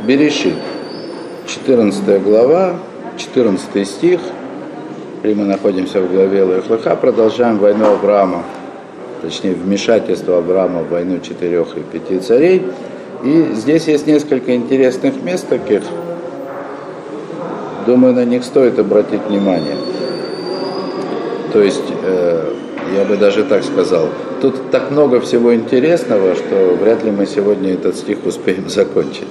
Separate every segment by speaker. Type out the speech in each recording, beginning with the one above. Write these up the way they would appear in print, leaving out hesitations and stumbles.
Speaker 1: Берешит, 14 глава, 14 стих. И мы находимся в главе Лех-Леха, продолжаем войну Авраама, точнее вмешательство Авраама в войну 4 и 5 царей. И здесь есть несколько интересных мест таких. Думаю, на них стоит обратить внимание. То есть, я бы даже так сказал, тут так много всего интересного, что вряд ли мы сегодня этот стих успеем закончить.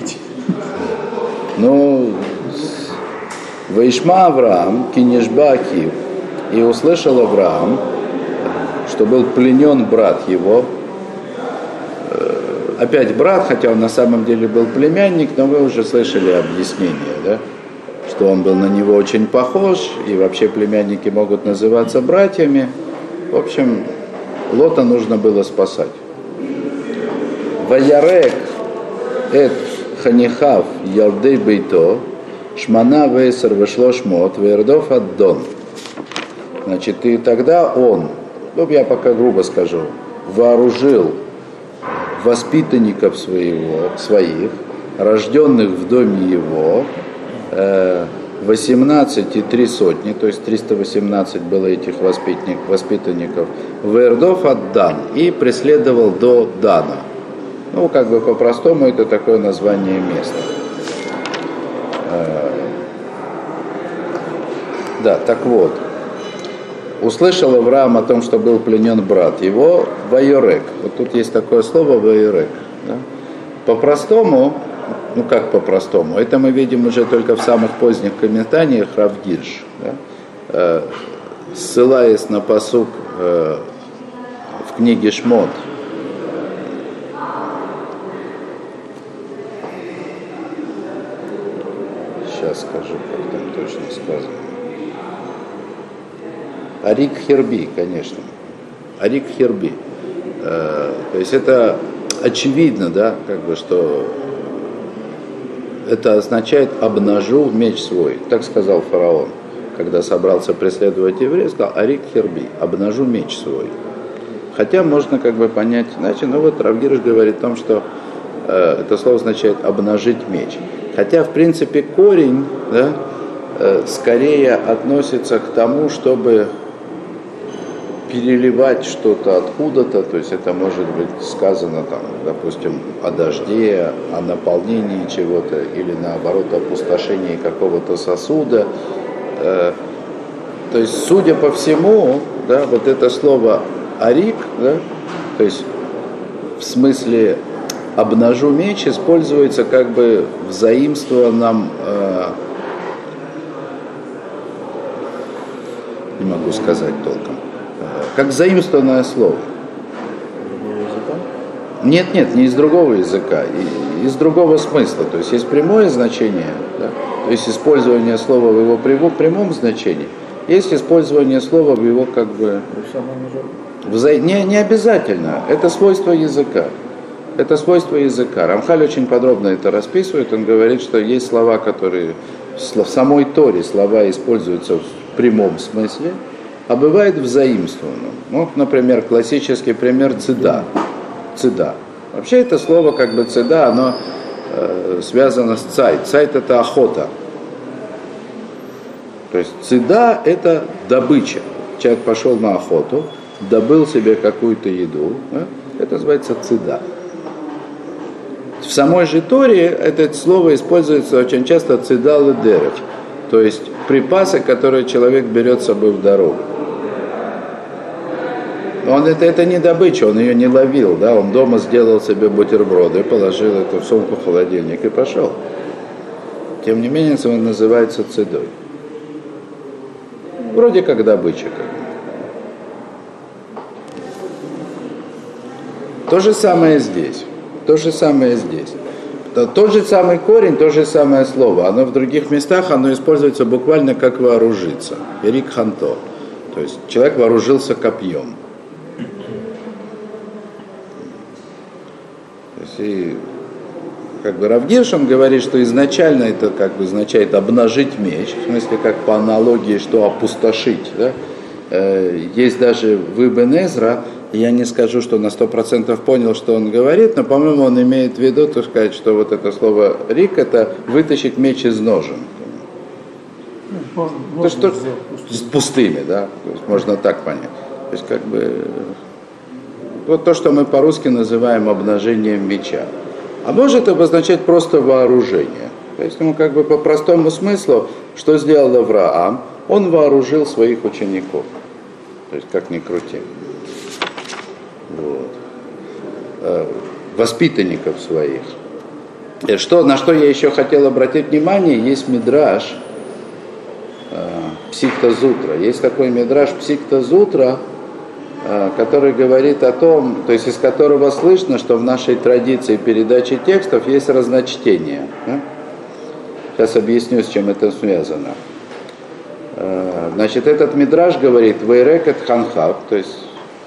Speaker 1: Ну, «Ваишма Авраам, кинешба Акив», и услышал Авраам, что был пленен брат его. Опять брат, хотя он на самом деле был племянник, но вы уже слышали объяснение, да? Что он был на него очень похож, и вообще племянники могут называться братьями. В общем, Лота нужно было спасать. «Ваярек эт ханихав ялдей бейто, шмана вейсер вышло шмот, вейрдов аддон». Значит, и тогда он, ну я пока грубо скажу, вооружил воспитанников своих, рожденных в доме его, 18 и 3 сотни, то есть 318 было этих воспитанников, вейрдов от Дан, и преследовал до Дана. Ну, как бы по-простому это такое название места. Да, так вот. Услышал Авраам о том, что был пленен брат его, вайорек. Вот тут есть такое слово вайорек. Да? По-простому, ну как по-простому, это мы видим уже только в самых поздних комментариях Рав Гирш, да? Ссылаясь на пасук в книге Шмот. Сейчас скажу, как там точно сказано. Арик Херби, конечно. Арик Херби. То есть это очевидно, да, как бы, что это означает «обнажу меч свой». Так сказал фараон, когда собрался преследовать евреев, сказал «Арик Херби», «обнажу меч свой». Хотя можно как бы понять иначе, но вот Рав Гирш говорит о том, что это слово означает «обнажить меч». Хотя, в принципе, корень, да, скорее относится к тому, чтобы переливать что-то откуда-то, то есть это может быть сказано, там, допустим, о дожде, о наполнении чего-то, или наоборот, о опустошении какого-то сосуда. То есть, судя по всему, да, вот это слово «арик», да, то есть в смысле «обнажу меч» используется как бы в заимствованном, не могу сказать толком, как заимствованное слово. Нет, не из другого языка, из другого смысла. То есть есть прямое значение, да? То есть использование слова в его прямом значении, есть использование слова в его как бы... Не обязательно, это свойство языка. Это свойство языка. Рамхаль очень подробно это расписывает. Он говорит, что есть слова, которые в самой Торе слова используются в прямом смысле, а бывает в заимствованном. Ну, например, классический пример цеда. Цеда. Вообще это слово как бы цеда, оно связано с цайт. Цайт это охота. То есть цеда это добыча. Человек пошел на охоту, добыл себе какую-то еду. Да? Это называется цеда. В самой же Торе это слово используется очень часто цеда ледерев. То есть припасы, которые человек берет с собой в дорогу. Он это не добыча, он ее не ловил, да? Он дома сделал себе бутерброды, положил это в сумку, в холодильник и пошел. Тем не менее, он называется цедой. Вроде как добыча. То же самое здесь. То же самое здесь. Тот же самый корень, то же самое слово. Оно в других местах, оно используется буквально как вооружиться. Эрик ханто. То есть человек вооружился копьем. И как бы Рав Гирш, он говорит, что изначально это как бы означает обнажить меч, в смысле как по аналогии, что опустошить. Да? Есть даже в Ибн Эзра Я не скажу, что на 100% понял, что он говорит, но, по-моему, он имеет в виду, так сказать, что вот это слово «рик» — это вытащить меч из ножен. То, что с пустыми, да, то есть можно так понять. То есть как бы вот то, что мы по-русски называем обнажением меча. А может обозначать просто вооружение. То есть ему как бы по простому смыслу, что сделал Авраам, он вооружил своих учеников. То есть как ни крути. Вот. Воспитанников своих. И на что я еще хотел обратить внимание, есть мидраш Психта-Зутра. Есть такой мидраш Психта-Зутра, который говорит о том, то есть из которого слышно, что в нашей традиции передачи текстов есть разночтение. Сейчас объясню, с чем это связано. Значит, этот мидраш говорит «Вейрекет ханхав», то есть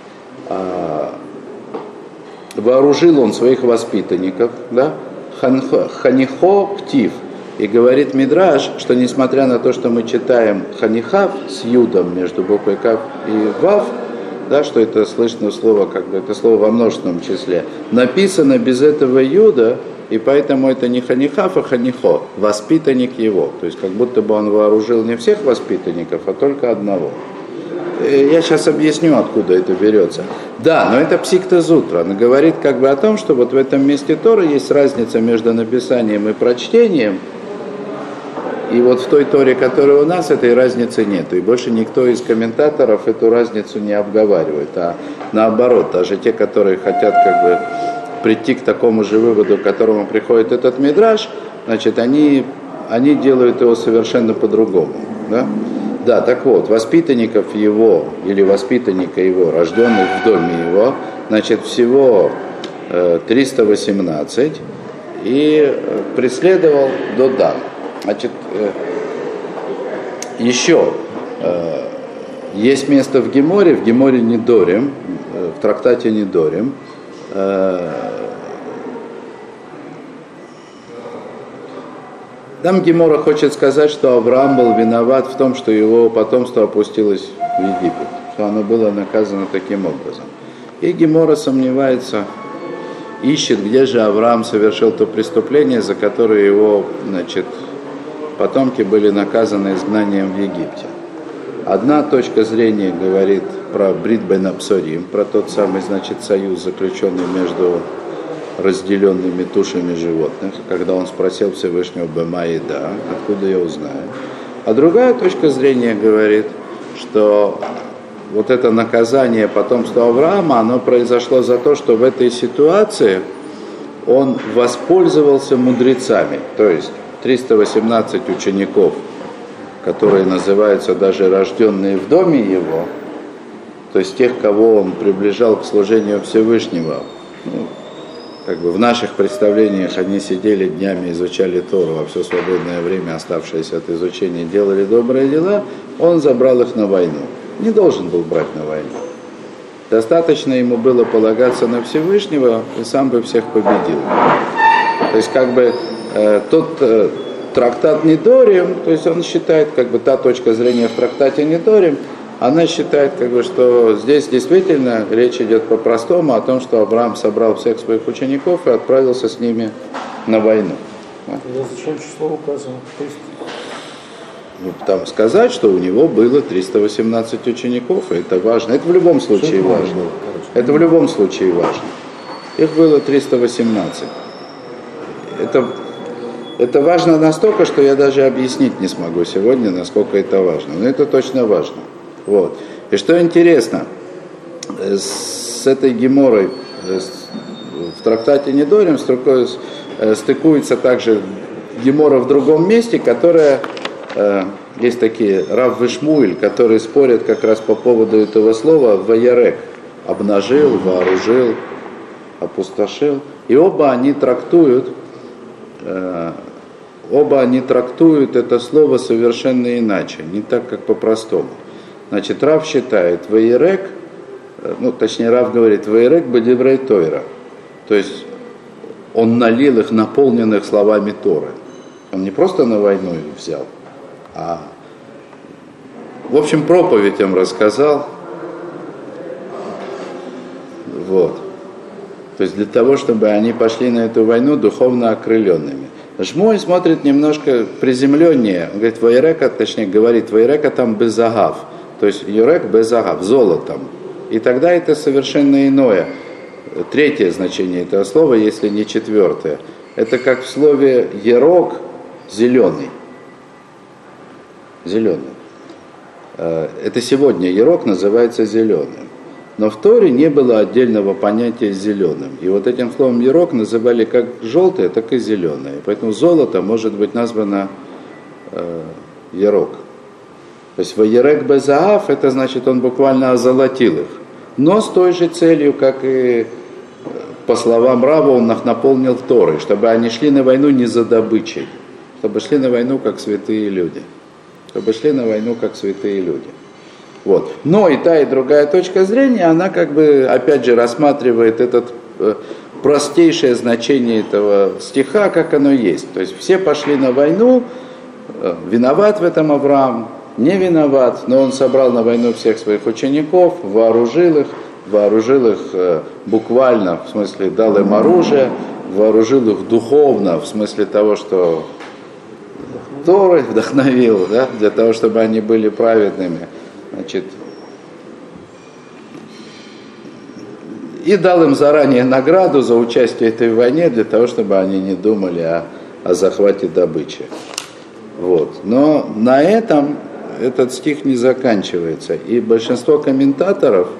Speaker 1: вооружил он своих воспитанников, да? Ханихо птив. И говорит мидраш, что несмотря на то, что мы читаем ханихав с юдом между буквой кав и вав, да, что это слышно слово, как бы это слово во множественном числе, написано без этого юда, и поэтому это не ханихав, а ханихо, воспитанник его. То есть как будто бы он вооружил не всех воспитанников, а только одного. Я сейчас объясню, откуда это берется. Да, но это Психта-Зутра. Она говорит как бы о том, что вот в этом месте Торы есть разница между написанием и прочтением. И вот в той Торе, которая у нас, этой разницы нет. И больше никто из комментаторов эту разницу не обговаривает. А наоборот, даже те, которые хотят как бы прийти к такому же выводу, к которому приходит этот мидраш, значит, они делают его совершенно по-другому. Да? Да, так вот, воспитанников его, или воспитанника его, рожденных в доме его, значит, всего 318, и преследовал до Дана. Значит, еще есть место в Геморе Недорим, в трактате Недорим. Там Гемора хочет сказать, что Авраам был виноват в том, что его потомство опустилось в Египет, что оно было наказано таким образом. И Гемора сомневается, ищет, где же Авраам совершил то преступление, за которое его, значит, потомки были наказаны изгнанием в Египте. Одна точка зрения говорит про Брит бен Абсорим, про тот самый, значит, союз, заключенный между разделенными тушами животных, когда он спросил Всевышнего Бема и да, откуда я узнаю. А другая точка зрения говорит, что вот это наказание потомства Авраама, оно произошло за то, что в этой ситуации он воспользовался мудрецами, то есть 318 учеников, которые называются даже рожденные в доме его, то есть тех, кого он приближал к служению Всевышнего. Как бы в наших представлениях они сидели днями, изучали Тору, а все свободное время, оставшееся от изучения, делали добрые дела, он забрал их на войну. Не должен был брать на войну. Достаточно ему было полагаться на Всевышнего, и сам бы всех победил. То есть как бы тот трактат Недорим, то есть он считает, как бы та точка зрения в трактате Недорим, она считает, как бы, что здесь действительно речь идет по-простому о том, что Авраам собрал всех своих учеников и отправился с ними на войну.
Speaker 2: Зачем число указано?
Speaker 1: Там сказать, что у него было 318 учеников, и это важно. Это в любом случае важно. Это в любом случае важно. Их было 318. Это важно настолько, что я даже объяснить не смогу сегодня, насколько это важно. Но это точно важно. Вот. И что интересно, с этой геморой в трактате Недорим стыкуется также гемора в другом месте, которая, есть такие Рав и Шмуэль, которые спорят как раз по поводу этого слова «ваярек», обнажил, вооружил, опустошил. И оба они трактуют это слово совершенно иначе, не так, как по-простому. Значит, Рав считает «ваярек», точнее, Рав говорит «ваярек бедеврей Тойра», то есть он налил их, наполненных словами Торы. Он не просто на войну их взял, а, в общем, проповедь им рассказал. Вот. То есть для того, чтобы они пошли на эту войну духовно окрыленными. Шмуэль смотрит немножко приземленнее. Он говорит, вайрека, точнее говорит, вайрека там безагав. То есть юрек безагав, золотом. И тогда это совершенно иное. Третье значение этого слова, если не четвертое. Это как в слове ерок, зеленый. Зеленый. Это сегодня ерок называется зеленым. Но в Торе не было отдельного понятия зеленым. И вот этим словом ерок называли как желтое, так и зеленое. Поэтому золото может быть названо ерок. То есть ваерек безаав, это значит, он буквально озолотил их. Но с той же целью, как и по словам Рава, он их наполнил Торой, чтобы они шли на войну не за добычей, чтобы шли на войну как святые люди. Чтобы шли на войну как святые люди. Вот. Но и та, и другая точка зрения, она как бы, опять же, рассматривает это простейшее значение этого стиха, как оно есть. То есть все пошли на войну, виноват в этом Авраам, не виноват, но он собрал на войну всех своих учеников, вооружил их буквально, в смысле дал им оружие, вооружил их духовно, в смысле того, что Торой вдохновил, да, для того, чтобы они были праведными. Значит, и дал им заранее награду за участие в этой войне, для того, чтобы они не думали о захвате добычи. Вот. Но на этом этот стих не заканчивается. И большинство комментаторов,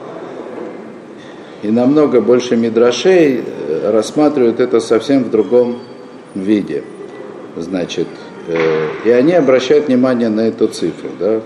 Speaker 1: и намного больше мидрашей, рассматривают это совсем в другом виде. Значит, и они обращают внимание на эту цифру, да?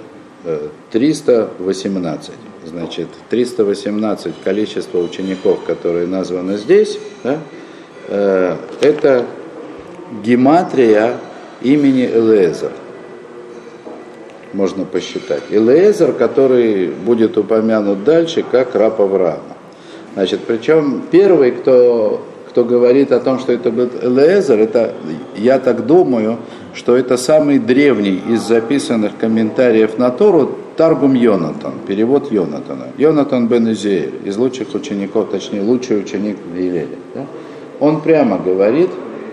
Speaker 1: 318. Значит, 318 количество учеников, которые названы здесь, да? Это гематрия имени Элиэзер. Можно посчитать. Элиэзер, который будет упомянут дальше, как раб Авраама. Значит, причем первый, кто говорит о том, что это был Элиэзер, это, я так думаю, что это самый древний из записанных комментариев на Тору Таргум Йонатан, перевод Йонатана. Йонатан бен Узиэль, из лучших учеников, точнее, лучший ученик Гилеля. Да? Он прямо говорит,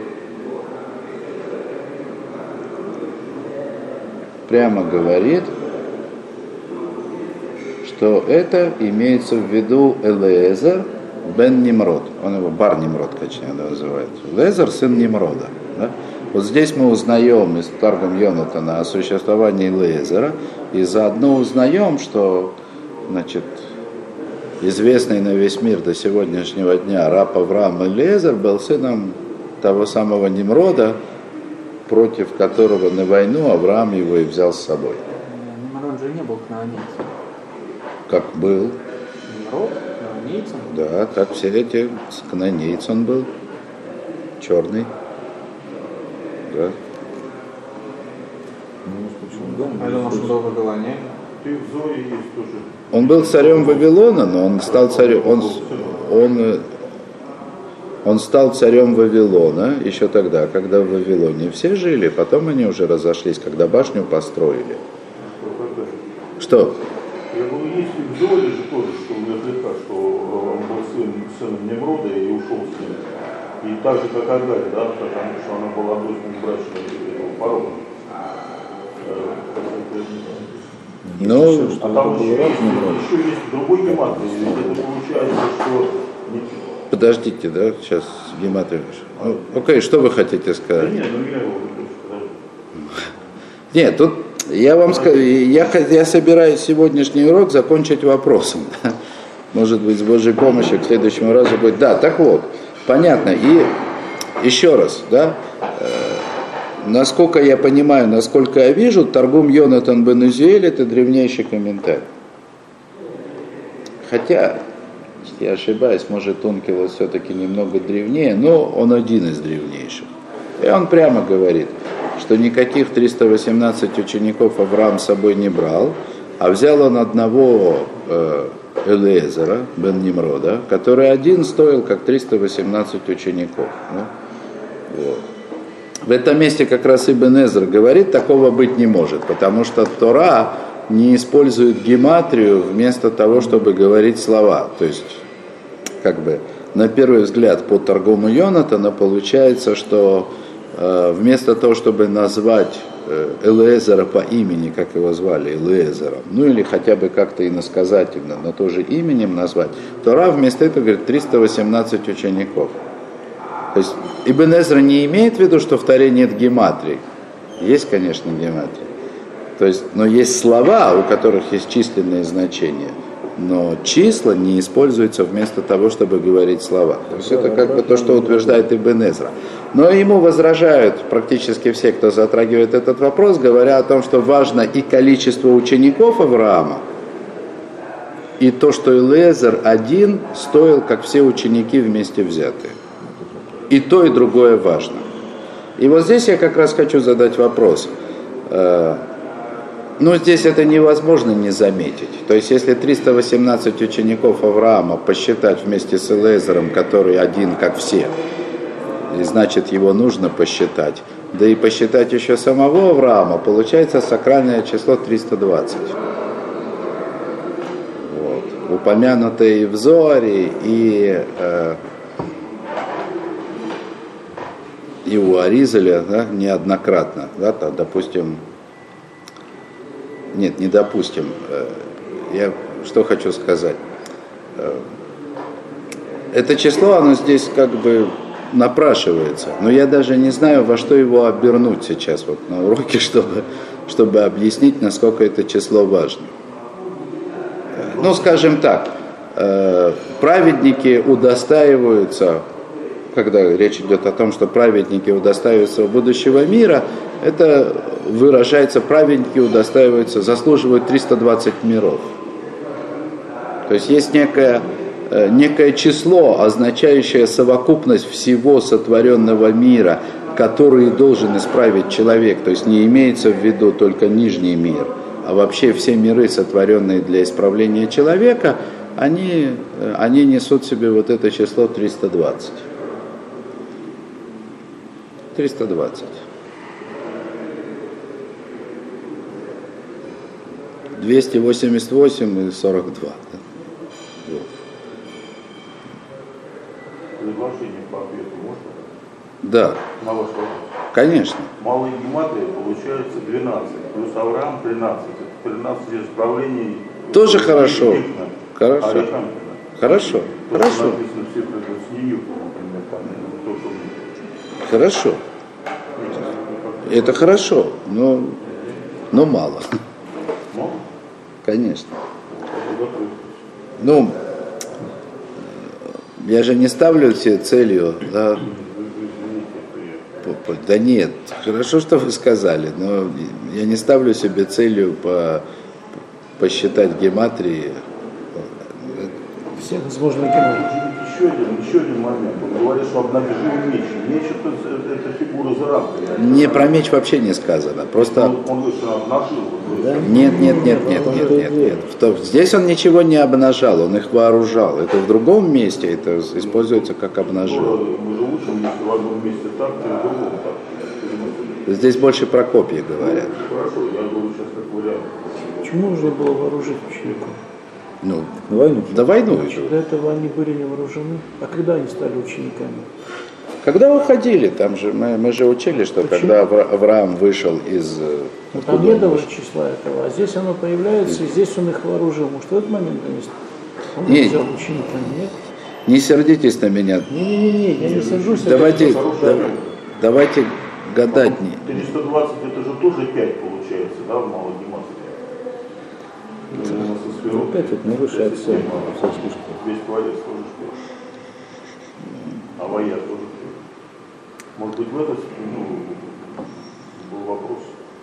Speaker 1: что это имеется в виду Элиэзер бен Нимрод. Он его Бар Нимрод, точнее, называет. Элиэзер, сын Нимрода. Да? Вот здесь мы узнаем из Таргум Йонатана о существовании Элиэзера, и заодно узнаем, что, значит, известный на весь мир до сегодняшнего дня раб Авраам Элиэзер был сыном того самого Нимрода, против которого на войну Авраам его и взял с собой.
Speaker 2: Нимрод же не был кнаанейцем.
Speaker 1: Как был?
Speaker 2: Нимрод? Кнаанейцем?
Speaker 1: Да, как все эти, кнаанейц он был, черный. Да.
Speaker 2: Я думал, что был в Вавилоне.
Speaker 3: Ты в Зое есть тоже.
Speaker 1: Он был царем Вавилона, но он стал царем, он стал царем Вавилона еще тогда, когда в Вавилоне все жили, потом они уже разошлись, когда башню построили. Что?
Speaker 3: Я говорю, есть и в Зое же тоже, что наверняка, что он был сыном Немрода и ушел с ним. И так же, как Агарь, да, потому что она была дочкой брачного порога.
Speaker 1: Ну,
Speaker 3: а там еще есть другой гематрий, ведь это получается, что...
Speaker 1: Подождите, да, сейчас гематрия. Ну, окей, что вы хотите сказать?
Speaker 3: Да нет, я его
Speaker 1: Нет, тут я вам скажу, я собираюсь сегодняшний урок закончить вопросом. Может быть, с Божьей помощью к следующему разу будет. Да, так вот, понятно. И еще раз, да, насколько я понимаю, насколько я вижу, Таргум Йонатан бен Узиэль это древнейший комментарий. Хотя, если я ошибаюсь, может Ункилос все-таки немного древнее, но он один из древнейших. И он прямо говорит, что никаких 318 учеников Авраам с собой не брал, а взял он одного Элиэзера, бен Нимрода, который один стоил как 318 учеников. Ну, вот. В этом месте как раз Ибн Эзра говорит, такого быть не может, потому что Тора не использует гематрию вместо того, чтобы говорить слова. То есть как бы на первый взгляд по Таргуму Йонатана получается, что вместо того, чтобы назвать Элиэзера по имени, как его звали, Элиэзером, ну или хотя бы как-то иносказательно, но тоже именем назвать, то Рав вместо этого говорит 318 учеников. То есть Ибн Эзра не имеет в виду, что в Торе нет гематрий. Есть, конечно, гематрия. То есть, но есть слова, у которых есть численные значения, но числа не используются вместо того, чтобы говорить слова. То есть это как бы то, что утверждает Ибн Эзра. Но ему возражают практически все, кто затрагивает этот вопрос, говоря о том, что важно и количество учеников Авраама, и то, что Элиэзер один стоил, как все ученики вместе взятые. И то, и другое важно. И вот здесь я как раз хочу задать вопрос. Но здесь это невозможно не заметить. То есть, если 318 учеников Авраама посчитать вместе с Элиэзером, который один, как все, и значит, его нужно посчитать, да и посчитать еще самого Авраама, получается сакральное число 320. Вот. Упомянутое и в Зоаре, и у Аризаля, да, неоднократно, да, там, допустим, нет, не допустим, я что хочу сказать, это число, оно здесь как бы напрашивается, но я даже не знаю, во что его обернуть сейчас вот на уроке, чтобы объяснить, насколько это число важно. Ну, скажем так, праведники удостаиваются, когда речь идет о том, что праведники удостаиваются будущего мира, это выражается, праведники удостаиваются, заслуживают 320 миров. То есть есть некое число, означающее совокупность всего сотворенного мира, который должен исправить человек. То есть не имеется в виду только нижний мир, а вообще все миры, сотворенные для исправления человека, они несут в себе вот это число 320. 320. 288 и 42. Да? Вот.
Speaker 3: Предложение по ответу можно?
Speaker 1: Да.
Speaker 3: На ваш вопрос.
Speaker 1: Конечно.
Speaker 3: Малая гематрия получается 12, плюс Авраам 13. Это 13 исправлений.
Speaker 1: Тоже хорошо. Хорошо.
Speaker 3: Арихам,
Speaker 1: Хорошо.
Speaker 3: то,
Speaker 1: Хорошо.
Speaker 3: что написано в цифре с Ньютона, например, там, то, что
Speaker 1: Хорошо. Это хорошо, но мало.
Speaker 3: мало?
Speaker 1: Конечно. Ну, я же не ставлю себе целью, да, да нет, хорошо, что вы сказали, но я не ставлю себе целью посчитать гематрии.
Speaker 4: Все возможные гематрии.
Speaker 3: Еще один момент. Он говорит, что обнажил меч. Меч это фигура за рамкой.
Speaker 1: Не про меч вообще не сказано. Просто.
Speaker 3: Он говорит, что обнажил.
Speaker 4: Да?
Speaker 1: Нет. Здесь он ничего не обнажал, он их вооружал. Это в другом месте это используется как обнажил.
Speaker 3: Мы же учим, если в одном месте так, то в другом так.
Speaker 1: Здесь больше про копья говорят.
Speaker 3: Хорошо, я говорю сейчас как вариант.
Speaker 4: Почему нужно было вооружить учеников?
Speaker 1: Ну,
Speaker 4: На войну.
Speaker 1: до войны еще.
Speaker 4: До этого они были не вооружены. А когда они стали учениками?
Speaker 1: Когда уходили, там же мы же учили, что
Speaker 4: Почему?
Speaker 1: когда Авраам вышел из...
Speaker 4: Ну, там не было числа этого, а здесь оно появляется, и здесь он их вооружил. Может, в этот момент он
Speaker 1: Не.
Speaker 4: взял учениками, нет?
Speaker 1: Не сердитесь на меня.
Speaker 4: Не, я не сажусь.
Speaker 1: Давайте гадать.
Speaker 3: 420 это же тоже 5 получается, да, в малой гематрии?
Speaker 4: Опять это не выше от всех.
Speaker 3: Весь творец тоже 5. А воя тоже 5. Может быть, в этом был вопрос?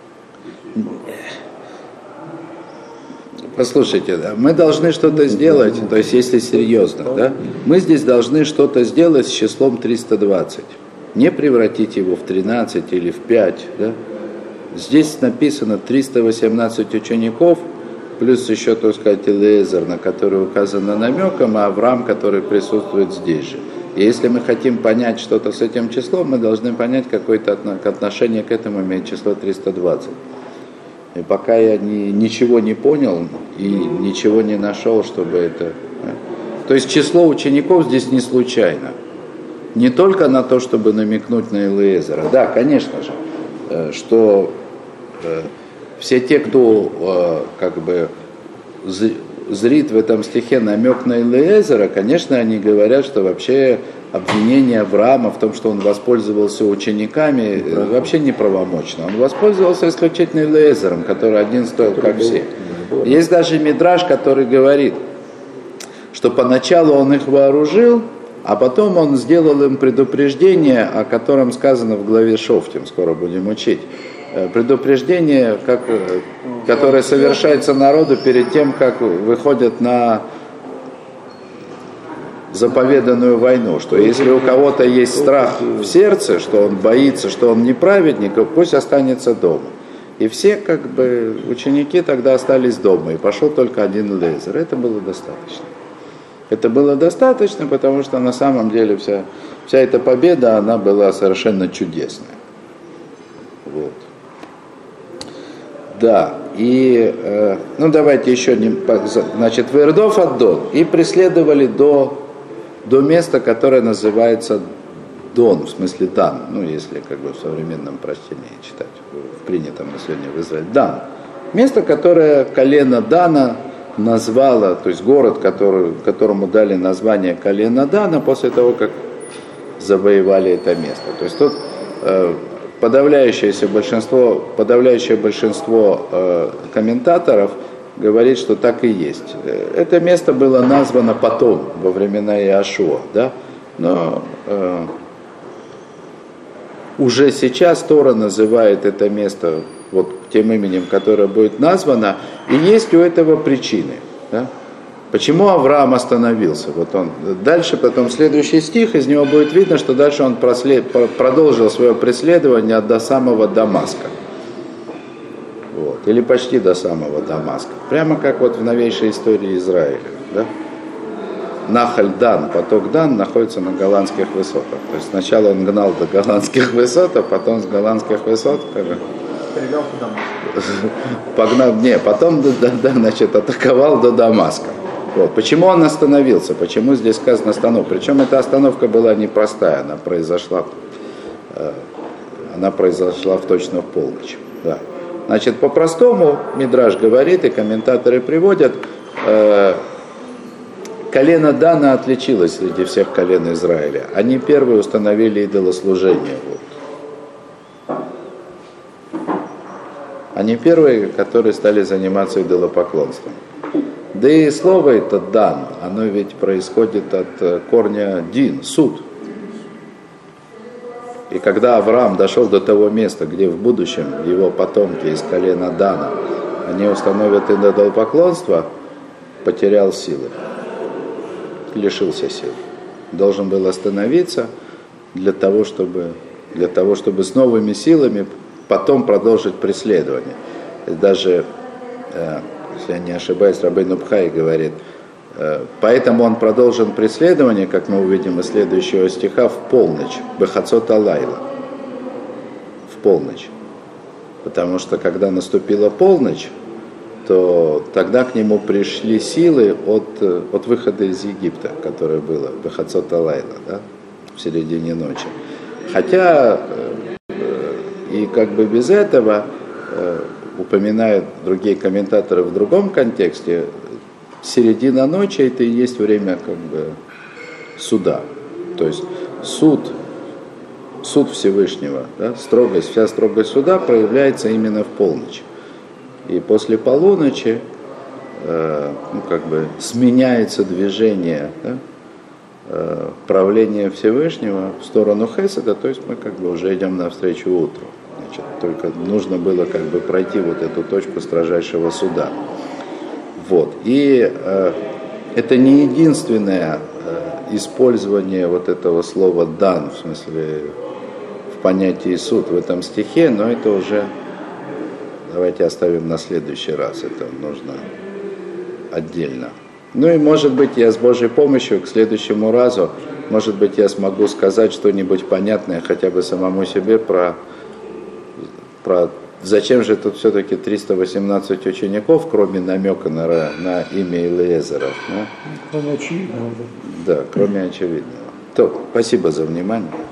Speaker 1: Послушайте, да, мы должны что-то сделать, то есть если серьезно, да, мы здесь должны что-то сделать с числом 320. Не превратить его в 13 или в 5. Да. Здесь написано 318 учеников, плюс еще, так сказать, Элиэзер, на который указано намеком, а Авраам, который присутствует здесь же. И если мы хотим понять что-то с этим числом, мы должны понять, какое-то отношение к этому имеет число 320. И пока я ничего не понял и ничего не нашел, чтобы это... То есть число учеников здесь не случайно. Не только на то, чтобы намекнуть на Элиэзера. Да, конечно же, что все те, кто как бы зрит в этом стихе намек на Элиэзера, конечно, они говорят, что вообще обвинение Авраама в том, что он воспользовался учениками, вообще неправомочно. Он воспользовался исключительно Элиэзером, который один стоил как все. Есть даже мидраш, который говорит, что поначалу он их вооружил, а потом он сделал им предупреждение, о котором сказано в главе Шофтим, скоро будем учить. Предупреждение, которое совершается народу перед тем, как выходят на заповеданную войну, что если у кого-то есть страх в сердце, что он боится, что он не праведник, пусть останется дома. И все как бы ученики тогда остались дома, и пошел только один Элиэзер. Это было достаточно. Это было достаточно, потому что на самом деле вся эта победа, она была совершенно чудесная. Вот. Да, и, ну давайте еще, значит, Вердов Аддон, и преследовали до места, которое называется Дон, в смысле Дан, ну если как бы в современном прочтении читать, в принятом на сегодня в Израиле, Дан. Место, которое колено Дана назвало, то есть город, которому дали название колено Дана после того, как завоевали это место. То есть тут подавляющее большинство комментаторов говорит, что так и есть. Это место было названо потом, во времена Иошуа, да? Но уже сейчас Тора называет это место вот тем именем, которое будет названо, и есть у этого причины. Да? Почему Авраам остановился? Вот он дальше, потом следующий стих, из него будет видно, что дальше он продолжил свое преследование до самого Дамаска. Вот. Или почти до самого Дамаска. Прямо как вот в новейшей истории Израиля. Да? Нахаль Дан, поток Дан находится на голландских высотах. То есть сначала он гнал до голландских высот, а потом с голландских высот
Speaker 2: Перевел туда.
Speaker 1: Погнал, потом значит, атаковал до Дамаска. Вот. Почему он остановился? Почему здесь сказано остановка? Причем эта остановка была непростая, она произошла точно в полночь. Да. Значит, по-простому Мидраш говорит, и комментаторы приводят, колено Дана отличилось среди всех колен Израиля. Они первые установили идолослужение. Вот. Они первые, которые стали заниматься идолопоклонством. Да и слово это «дан», оно ведь происходит от корня «дин», «суд». И когда Авраам дошел до того места, где в будущем его потомки из колена Дана, они установят идолопоклонство, потерял силы, лишился сил. Должен был остановиться для того, чтобы с новыми силами потом продолжить преследование. И даже, если я не ошибаюсь, Рабейну Бхай говорит, поэтому он продолжен преследование, как мы увидим из следующего стиха, в полночь, бехацот алайла, в полночь. Потому что когда наступила полночь, то тогда к нему пришли силы от выхода из Египта, которое было бехацот алайла, да, в середине ночи. Хотя и как бы без этого, упоминают другие комментаторы в другом контексте, середина ночи это и есть время как бы суда. То есть суд Всевышнего, да, вся строгость суда проявляется именно в полночь. И после полуночи как бы сменяется движение, да, правление Всевышнего в сторону Хеседа, то есть мы как бы уже идем навстречу утру. Значит, только нужно было как бы пройти вот эту точку строжайшего суда. Вот. И это не единственное использование вот этого слова «дан», в смысле в понятии «суд» в этом стихе, но это уже давайте оставим на следующий раз, это нужно отдельно. Ну и может быть я с Божьей помощью к следующему разу, может быть я смогу сказать что-нибудь понятное хотя бы самому себе про зачем же тут все-таки 318 учеников, кроме намека на имя Элиэзера? Да?
Speaker 4: Кроме очевидного.
Speaker 1: Да, кроме очевидного. То, спасибо за внимание.